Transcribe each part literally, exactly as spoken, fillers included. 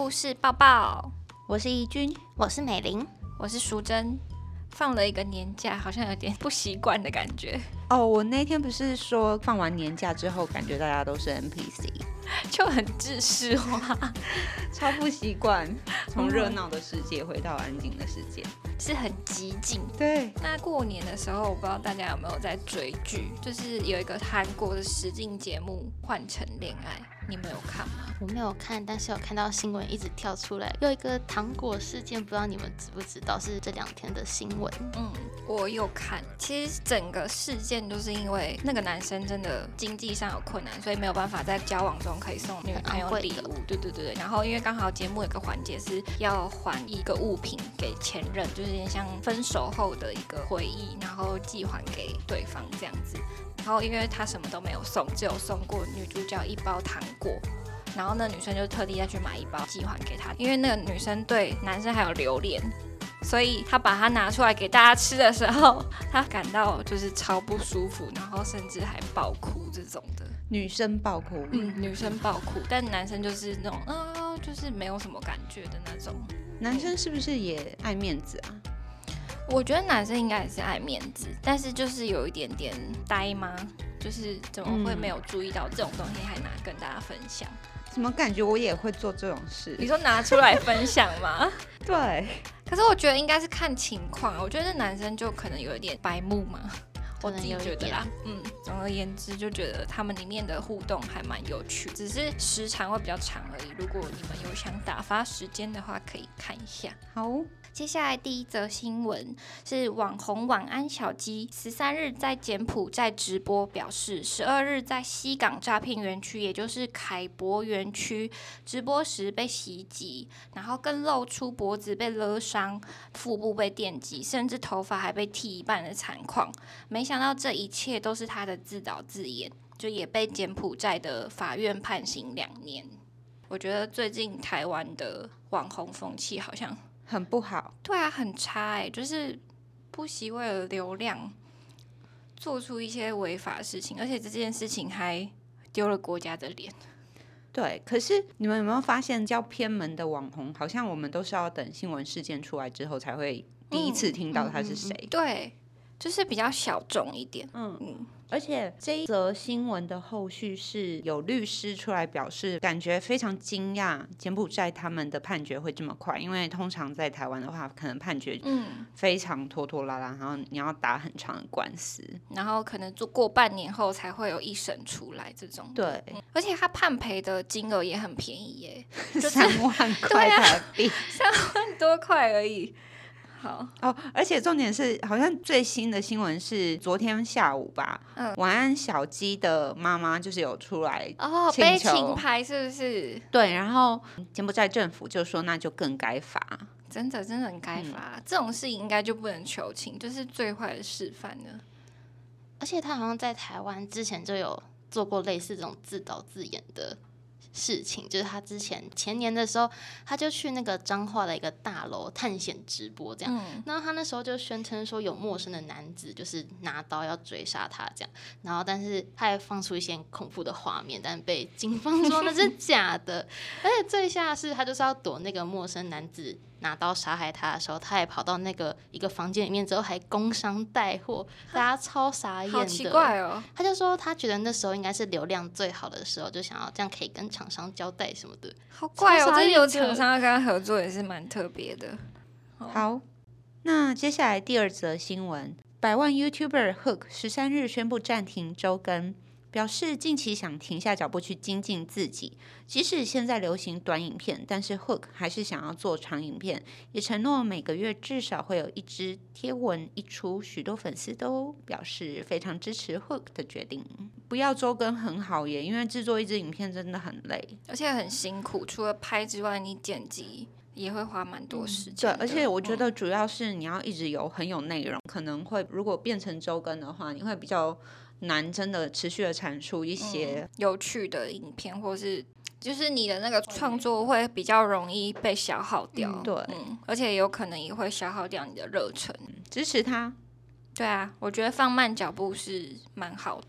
故事抱抱， 我是怡君， 我是美玲， 我是淑珍。放了一个年假，好像有点不习惯的感觉。 哦，我那天不是说放完年假之后，感觉大家都是 N P C， 就很制式化， 超不习惯，从热闹的世界回到安静的世界， 是很激进。 对， 那过年的时候，我不知道大家有没有在追剧，就是有一个韩国的实境节目《换乘恋爱》，你们有看吗？ 我没有看，但是有看到新闻一直跳出来，有一个糖果事件，不知道你们知不知道，是这两天的新闻。 嗯，我有看。其实整个事件都是因为那个男生真的经济上有困难，所以没有办法在交往中可以送女朋友礼物。对对对对。然后因为刚好节目有个环节是要还一个物品给前任，就是有点像分手后的一个回忆，然后寄还给对方这样子。然后因为他什么都没有送，只有送过女主角一包糖果。然后那女生就特地再去买一包寄还给他，因为那个女生对男生还有留恋，所以她把它拿出来给大家吃的时候，她感到就是超不舒服，然后甚至还爆哭这种的。 女生爆哭， 嗯，女生爆哭，但男生就是那种啊、呃，就是没有什么感觉的那种。 男生是不是也爱面子啊？ 我觉得男生应该也是爱面子，但是就是有一点点呆吗？就是怎么会没有注意到这种东西还拿跟大家分享？ 怎么感觉我也会做这种事？ 你说拿出来分享吗？ 对。 可是我觉得应该是看情况，我觉得男生就可能有一点白目嘛，我自己觉得啦。嗯，总而言之，就觉得他们里面的互动还蛮有趣，只是时长会比较长而已。如果你们有想打发时间的话，可以看一下。 好。 接下来第一则新闻是网红晚安小鸡十三日在柬埔寨直播，表示十二日在西港诈骗园区，也就是凯博园区直播时被袭击，然后更露出脖子被勒伤、腹部被电击，甚至头发还被剃一半的惨况。没想到这一切都是他的自导自演，就也被柬埔寨的法院判刑两年。我觉得最近台湾的网红风气好像很不好。 对啊，很差哎、欸，就是不惜为了流量做出一些违法的事情，而且这件事情还丢了国家的脸。 对，可是你们有没有发现，较偏门的网红，好像我们都是要等新闻事件出来之后，才会第一次听到他是谁、嗯嗯嗯。 对，就是比较小众一点。 嗯嗯。而且这一则新闻的后续是有律师出来表示，感觉非常惊讶柬埔寨他们的判决会这么快，因为通常在台湾的话，可能判决非常拖拖拉拉，然后你要打很长的官司， 然后可能做过半年后才会有一审出来这种。 对、 嗯，而且他判赔的金额也很便宜耶，就是三万块台币， 三万多块而已。好哦，而且重点是，好像最新的新闻是昨天下午吧，嗯、晚安小鸡的妈妈就是有出来哦，被请牌是不是？ 对，然后柬埔寨政府就说那就更该罚， 真的真的很该罚、嗯，这种事情应该就不能求情，就是最坏的示范了。 而且他好像在台湾之前就有做过类似这种自导自演的事情，就是他之前前年的时候，他就去那个彰化的一个大楼探险直播这样、嗯，然后他那时候就宣称说有陌生的男子就是拿刀要追杀他这样，然后但是他还放出一些恐怖的画面，但被警方说那是假的，而且最吓的是他就是要躲那个陌生男子拿刀杀害他的时候，他还跑到那个一个房间里面之后还工商带货，大家超傻眼的。 好奇怪哦！ 他就说他觉得那时候应该是流量最好的时候，就想要这样可以跟厂商交代什么的。 好怪哦！真有厂商要跟他合作也是蛮特别的。 好，那接下来第二则新闻，百万 YouTuber Hook 十三日宣布暂停周更。表示近期想停下脚步去精进自己，即使现在流行短影片，但是 Hook 还是想要做长影片，也承诺每个月至少会有一支贴文一出。许多粉丝都表示非常支持 Hook 的决定，不要周更很好耶，因为制作一支影片真的很累， 而且很辛苦，除了拍之外，你剪辑也会花蛮多时间、嗯。 对，而且我觉得主要是你要一直有很有内容，嗯、可能会如果变成周更的话，你会比较难真的持续的产出一些、 嗯、有趣的影片，或是就是你的那个创作会比较容易被消耗掉、 嗯、对、 嗯，而且有可能也会消耗掉你的热忱。 支持他。 对啊，我觉得放慢脚步是蛮好的。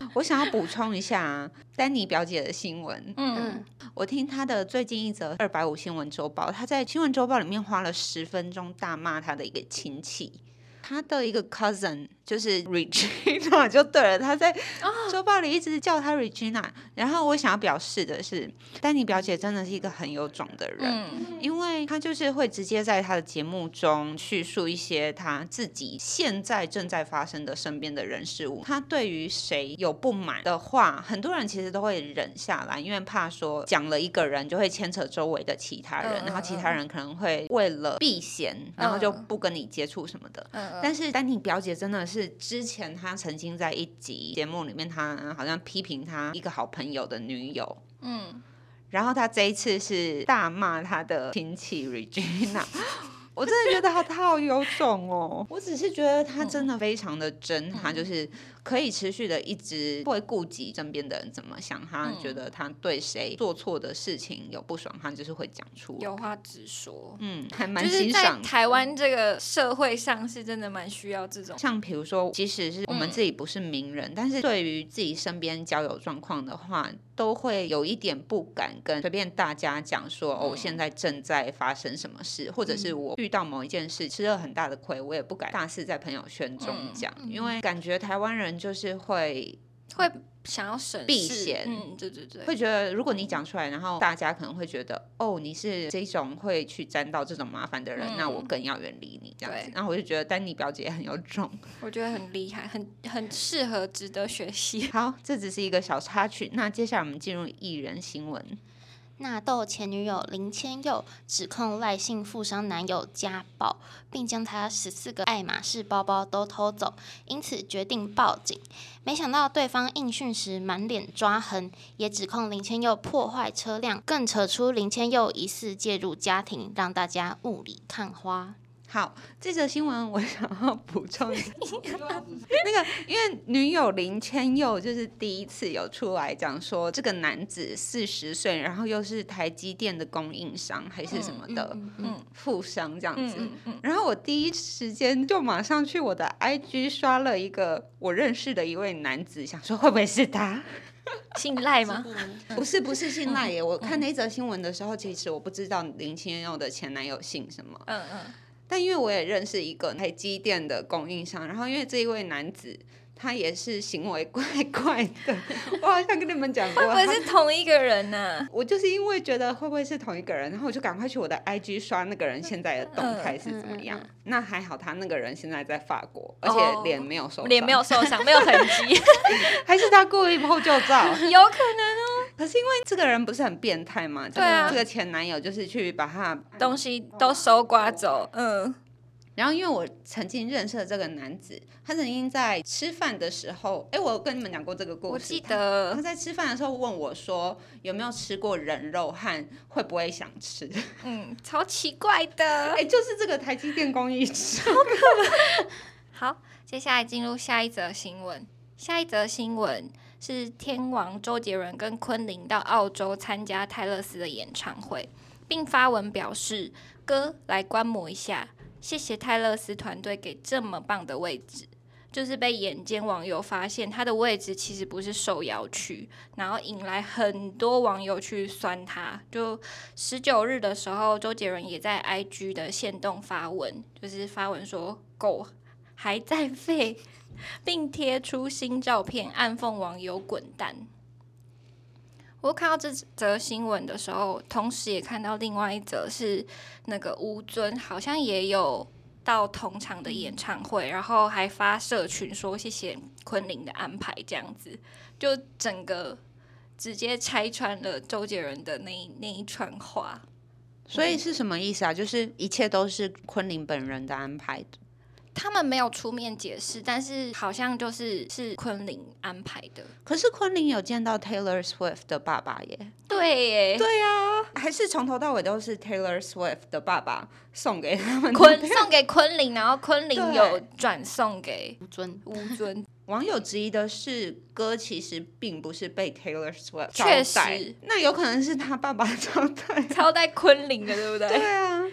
我想要补充一下丹妮表姐的新闻。 嗯， 我听她的最近一则二百五新闻周报，她在新闻周报里面花了十分钟大骂她的一个亲戚。他的一个 cousin 就是 Regina 就对了，他在周报里一直叫他 Regina、哦、然后我想要表示的是丹妮表姐真的是一个很有种的人、嗯、因为她就是会直接在她的节目中叙述一些她自己现在正在发生的身边的人事物。她对于谁有不满的话，很多人其实都会忍下来，因为怕说讲了一个人就会牵扯周围的其他人、嗯、然后其他人可能会为了避嫌、嗯、然后就不跟你接触什么的、嗯，但是丹妮表姐真的是之前她曾经在一集节目里面，她好像批评她一个好朋友的女友，嗯，然后她这一次是大骂她的亲戚 Regina 我真的觉得她好有种哦。我只是觉得她真的非常的真，她、嗯、就是可以持续的一直会顾及身边的人怎么想，她觉得她对谁做错的事情有不爽，她就是会讲出来， 有话直说。 嗯，还蛮欣赏。 就是在台湾这个社会上是真的蛮需要这种， 像比如说即使是我们自己不是名人、嗯、但是对于自己身边交友状况的话，都会有一点不敢跟随便大家讲说、嗯、哦，现在正在发生什么事，或者是我遇到某一件事吃了很大的亏，我也不敢大肆在朋友圈中讲、嗯、因为感觉台湾人就是会会想要省事避嫌， 嗯，对对对， 会觉得如果你讲出来，然后大家可能会觉得哦，你是这种会去沾到这种麻烦的人、嗯、那我更要远离你这样子。然后我就觉得丹妮表姐很有种， 我觉得很厉害，很很适合，值得学习。 好，这只是一个小插曲，那接下来我们进入艺人新闻。 纳豆前女友林千佑指控赖姓富商男友家暴，并将他十四个爱马仕包包都偷走，因此决定报警。没想到对方应讯时满脸抓痕，也指控林千佑破坏车辆，更扯出林千佑疑似介入家庭，让大家雾里看花。 好，这则新闻我想要补充一下那个因为女友林千佑就是第一次有出来讲说这个男子四十岁，然后又是台积电的供应商还是什么的富商这样子、嗯嗯嗯、然后我第一时间就马上去我的 I G 刷了一个我认识的一位男子，想说会不会是他姓赖吗？ 不是不是姓赖耶、嗯、我看那则新闻的时候其实我不知道林千佑的前男友姓什么，嗯嗯，但因为我也认识一个台积电的供应商，然后因为这一位男子他也是行为怪怪的，我好像跟你们讲过， 会不会是同一个人呢、啊？ 我就是因为觉得会不会是同一个人，然后我就赶快去我的 I G 刷那个人现在的动态是怎么样、嗯嗯嗯、那还好他那个人现在在法国，而且脸没有受伤， 脸、哦、没有受伤，没有痕迹还是他故意后就照有可能哦。 可是因为这个人不是很变态吗？对啊，这个前男友就是去把他东西都收刮走，嗯。 然后因为我曾经认识的这个男子，他曾经在吃饭的时候，哎，我有跟你们讲过这个故事， 我记得他, 他在吃饭的时候问我说有没有吃过人肉和会不会想吃， 嗯，超奇怪的， 哎，就是这个台积电工艺师好，接下来进入下一则新闻。下一则新闻是天王周杰伦跟昆凌到澳洲参加泰勒斯的演唱会，并发文表示哥来观摩一下，谢谢泰勒斯团队给这么棒的位置。就是被眼尖网友发现他的位置其实不是受邀区，然后引来很多网友去酸他。就十九日的时候，周杰伦也在 I G 的限动发文，就是发文说狗还在废，并贴出新照片，暗讽网友滚蛋。我看到这则新闻的时候，同时也看到另外一则是那个吴尊好像也有到同场的演唱会，然后还发社群说谢谢昆凌的安排，这样子就整个直接拆穿了周杰伦的那一那一串话。 所以是什么意思啊？就是一切都是昆凌本人的安排的？ 他们没有出面解释，但是好像就是是昆凌安排的。 可是昆凌有见到 Taylor Swift 的爸爸耶。 对耶， 对啊，还是从头到尾都是 Taylor Swift 的爸爸送给他们昆送给昆凌，然后昆凌有转送给吴尊。 吴尊网友质疑的是，歌其实并不是被 Taylor Swift 招待， 确实，那有可能是他爸爸招待招待昆凌的，对不对？ 对啊。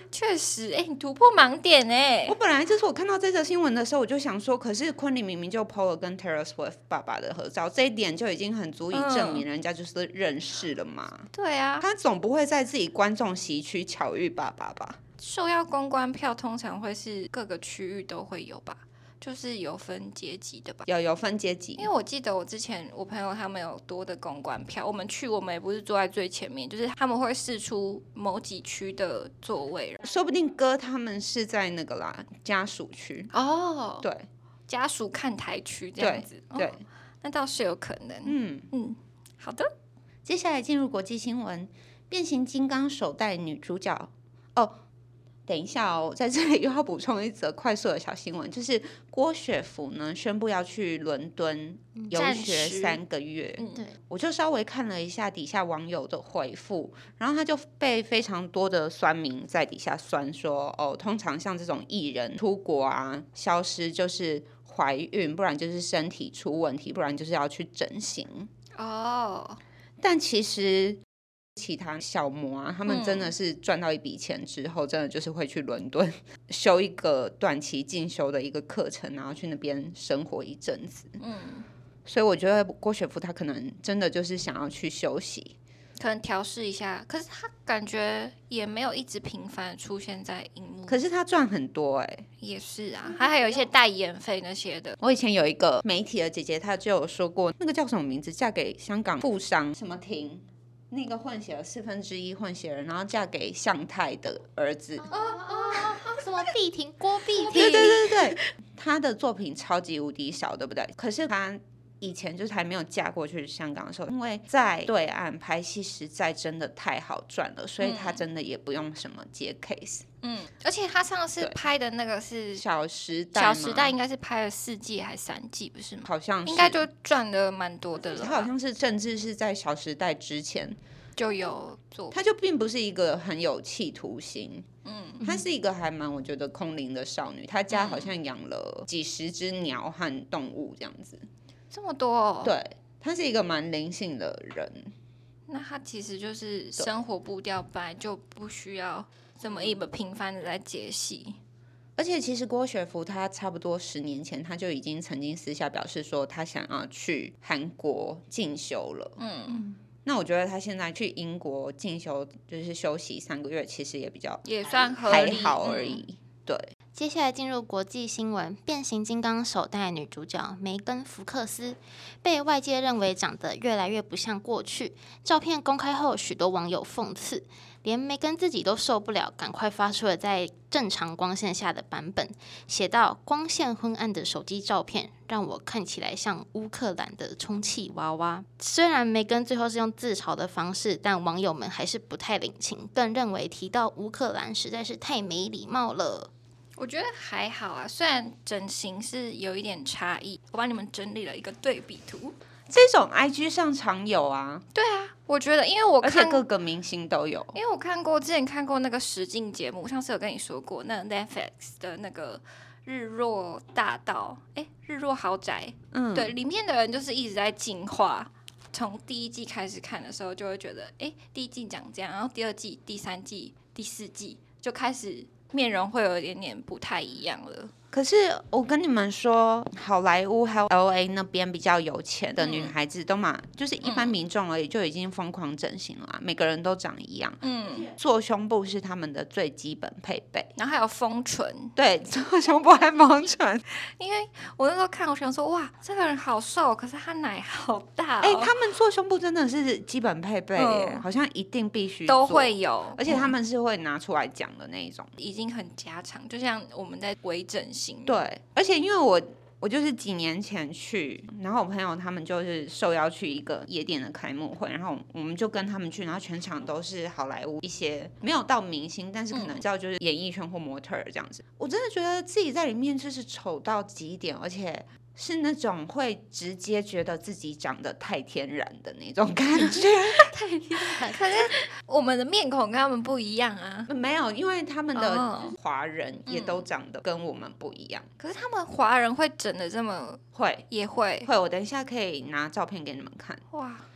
确实，哎、欸，你突破盲点哎、欸！ 我本来就是我看到这则新闻的时候，我就想说，可是昆凌明明就 po 了跟 Taylor Swift 爸爸的合照，这一点就已经很足以证明人家就是认识了嘛。 嗯、对啊， 他总不会在自己观众席区巧遇爸爸吧？ 受邀公关票通常会是各个区域都会有吧？就是有分阶级的吧？ 有有分阶级， 因为我记得我之前我朋友他们有多的公关票，我们去我们也不是坐在最前面，就是他们会释出某几区的座位， 说不定哥他们是在那个啦家属区哦， 对， 家属看台区这样子， 对， 哦、那倒是有可能， 嗯嗯，好的， 接下来进入国际新闻，变形金刚首代女主角哦。等一下哦，在这里又要补充一则快速的小新闻，就是郭雪芙呢宣布要去伦敦游学三个月。 嗯，对， 我就稍微看了一下底下网友的回复，然后他就被非常多的酸民在底下酸说，哦，通常像这种艺人出国啊消失就是怀孕，不然就是身体出问题，不然就是要去整形。 哦， 但其实。其他小模啊，他们真的是赚到一笔钱之后、嗯、真的就是会去伦敦修一个短期进修的一个课程，然后去那边生活一阵子。嗯，所以我觉得郭雪芙她可能真的就是想要去休息， 可能调试一下。可是她感觉也没有一直频繁出现在荧幕。 可是她赚很多哎、欸， 也是啊，她还有一些代言费那些的。 我以前有一个媒体的姐姐，她就有说过，那个叫什么名字？嫁给香港富商什么婷。那个混血儿四分之一混血人，然后嫁给向太的儿子。 哦哦哦，什么碧婷，郭碧婷。 对对对对，他的作品超级无敌少，对不对？可是他以前就是还没有嫁过去香港的时候，因为在对岸拍戏实在真的太好赚了，所以他真的也不用什么接 case。 嗯，而且他上次拍的那个是小时代， 小时代应该是拍了四季还是三季，不是吗？ 好像是， 应该就赚了蛮多的了。 他好像是甚至是在小时代之前就有做， 他就并不是一个很有企图心。嗯，她是一个还蛮我觉得空灵的少女，她家好像养了几十只鸟和动物这样子。 这么多、哦？ 对，她是一个蛮灵性的人。 那她其实就是生活步调本来就不需要这么一本频繁的在接戏。 而且其实郭雪芙她差不多十年前，她就已经曾经私下表示说，她想要去韩国进修了。嗯，那我觉得她现在去英国进修，就是休息三个月，其实也比较也算合理， 还好而已。嗯、对。 接下来进入国际新闻，变形金刚首代女主角梅根·福克斯被外界认为长得越来越不像过去。照片公开后，许多网友讽刺，连梅根自己都受不了，赶快发出了在正常光线下的版本，写道：光线昏暗的手机照片让我看起来像乌克兰的充气娃娃。虽然梅根最后是用自嘲的方式，但网友们还是不太领情，更认为提到乌克兰实在是太没礼貌了。 我觉得还好啊，虽然整形是有一点差异，我帮你们整理了一个对比图。 这种 I G 上常有啊。 对啊，我觉得因为我看， 而且各个明星都有。 因为我看过之前看过那个实境节目，上次有跟你说过，那 Netflix 的那个日落大道，哎，日落豪宅，嗯，对，里面的人就是一直在进化。从第一季开始看的时候，就会觉得，哎，第一季讲这样，然后第二季、第三季、第四季就开始。面容会有一点点不太一样了。 可是我跟你们说，好莱坞还有 L A 那边比较有钱的女孩子都嘛，嗯、就是一般民众而已，就已经疯狂整形了、啊嗯，每个人都长一样。嗯，做胸部是他们的最基本配备， 然后还有丰唇。 对，做胸部还丰唇。 因为我那时候看，我想说，哇，这个人好瘦，可是他奶好大、哦。 哎、欸，他们做胸部真的是基本配备耶，嗯、好像一定必须都会有， 而且他们是会拿出来讲的那一种， 已经很家常，就像我们在微整形。 对，而且因为我我就是几年前去，然后我朋友他们就是受邀去一个夜店的开幕会，然后我们就跟他们去，然后全场都是好莱坞一些没有到明星，但是可能知道就是演艺圈或模特儿这样子。我真的觉得自己在里面就是丑到极点，而且是那种会直接觉得自己长得太天然的那种感觉。 太天然，可是我们的面孔跟他们不一样啊。 没有，因为他们的华人也都长得跟我们不一样。 嗯、可是他们华人会整得这么会， 也会会。我等一下可以拿照片给你们看。 哇，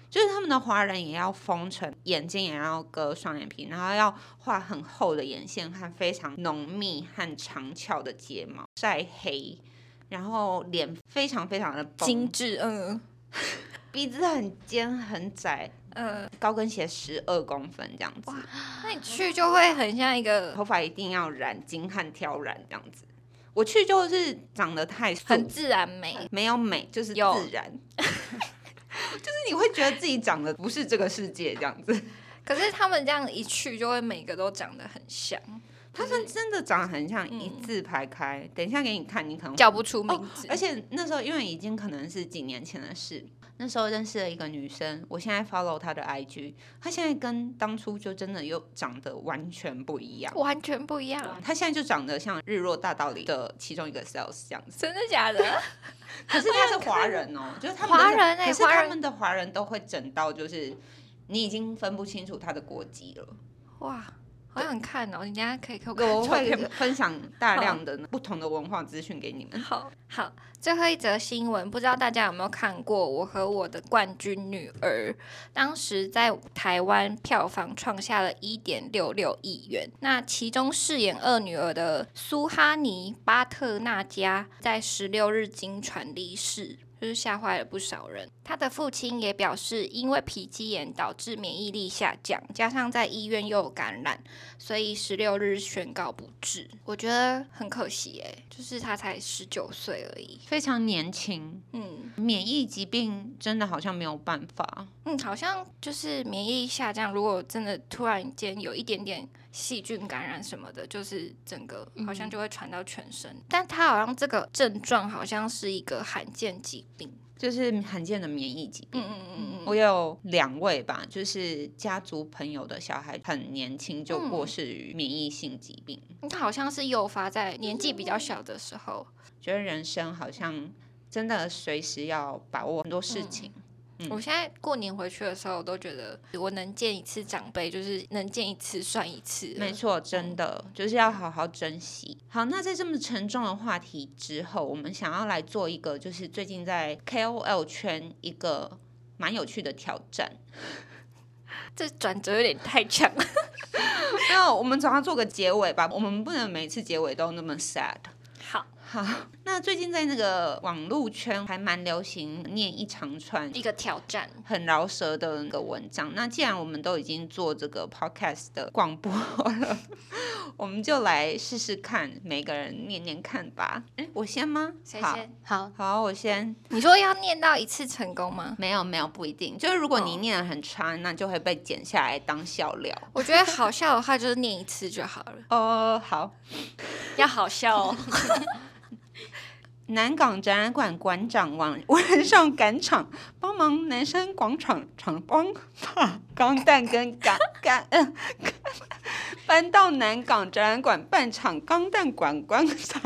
就是他们的华人也要丰唇，眼睛也要割双眼皮，然后要画很厚的眼线和非常浓密和长翘的睫毛，晒黑，然后脸非常非常的崩精致，嗯， 鼻子很尖很窄， 呃， 高跟鞋十二公分这样子， 那你去就会很像一个头发一定要染金和挑染这样子。我去就是长得太素， 很自然美， 没有美就是自然，就是你会觉得自己长得不是这个世界这样子。 可是他们这样一去就会每个都长得很像， 他们真的长得很像，一字排开、嗯、等一下给你看你可能叫不出名字、 哦、而且那时候因为已经可能是几年前的事，那时候认识了一个女生，我现在 follow 她的 I G， 她现在跟当初就真的又长得完全不一样， 完全不一样。 她现在就长得像日落大道理的其中一个 sales 这样子。 真的假的？ 可是他是华人哦，就是他们华人哎、 欸，可是他们的华人都会整到就是你已经分不清楚他的国籍了。 哇，好想看哦！你等一下可以给我看我会照片吗？ 分享大量的不同的文化资讯给你们。 好好，最后一则新闻，不知道大家有没有看过《我和我的冠军女儿》？当时在台湾票房创下了一点六六亿元。那其中饰演二女儿的苏哈尼·巴特纳加在十六日经传离世。就是吓坏了不少人。他的父亲也表示，因为皮肌炎导致免疫力下降，加上在医院又有感染，所以十六日宣告不治。我觉得很可惜哎，就是他才十九岁而已， 非常年轻。 嗯， 免疫疾病真的好像没有办法。 嗯，好像就是免疫力下降，如果真的突然间有一点点细菌感染什么的，就是整个好像就会传到全身。嗯、但他好像这个症状好像是一个罕见疾病。 就是罕见的免疫疾病。 嗯嗯嗯嗯， 我有两位吧，就是家族朋友的小孩很年轻就过世于免疫性疾病。 他、嗯、好像是诱发在年纪比较小的时候。 觉得人生好像真的随时要把握很多事情。嗯嗯、我现在过年回去的时候，我都觉得我能见一次长辈，就是能见一次算一次。 没错，真的、嗯、就是要好好珍惜。好，那在这么沉重的话题之后，我们想要来做一个，就是最近在 K O L 圈一个蛮有趣的挑战。 这转折有点太强了。 没有，我们总要做个结尾吧，我们不能每次结尾都那么 sad。 好。 好，那最近在那个网络圈还蛮流行念一长串一个挑战很饶舌的那个文章。那既然我们都已经做这个 podcast 的广播了，我们就来试试看，每个人念念看吧。哎，我先吗？ 谁先？ 好，好，我先。 你说要念到一次成功吗？ 没有，没有，不一定。就是如果你念得很差，那就会被剪下来当笑料。 我觉得好笑的话，就是念一次就好了。 哦，好， 要好笑哦。 南港展览馆馆长晚晚上赶场，帮忙南山广场厂帮把钢弹跟钢钢、呃、搬到南港展览馆办场钢弹馆观察，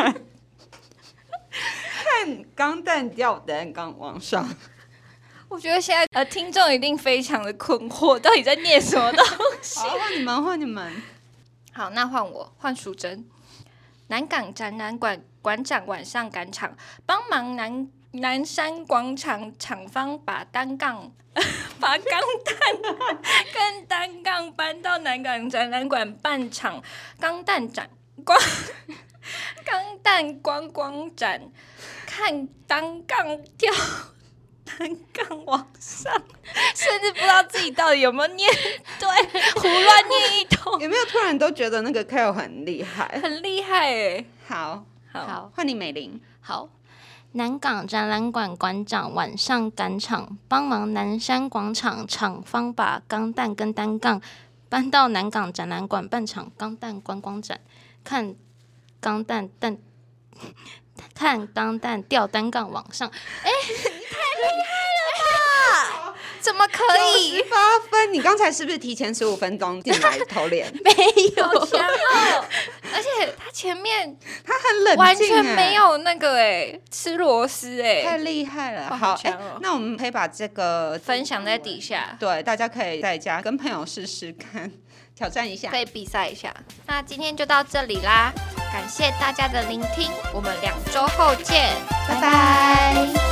看钢弹吊单杠往上。 我觉得现在呃听众一定非常的困惑，到底在念什么东西？ 好，换你们，换你们。 好，那换我，换淑珍。南港展览馆馆长晚上赶场，帮忙南南山广场厂方把单杠把钢弹跟单杠搬到南港展览馆办场钢弹展光钢弹观光展，看单杠跳单杠往上，甚至不知道自己到底有没有念对，胡乱念一通。 有没有突然都觉得那个 K O 很厉害？ 很厉害哎！ 好， 好， 换你美玲。 好，南港展览馆馆长晚上赶场，帮忙南山广场厂方把钢弹跟单杠搬到南港展览馆办场钢弹观光展，看钢弹弹看钢弹吊单杠往上。哎，你太厉害了吧！ 怎么可以？ 九十八分！你刚才是不是提前十五分钟进来投脸？ 没有， 好强哦！而且他前面他很冷静， 完全没有那个哎，吃螺丝哎， 太厉害了！ 好， 哎、欸，那我们可以把这个分享在底下， 对，大家可以在家跟朋友试试看，挑战一下， 可以比赛一下。那今天就到这里啦，感谢大家的聆听，我们两周后见， 拜拜。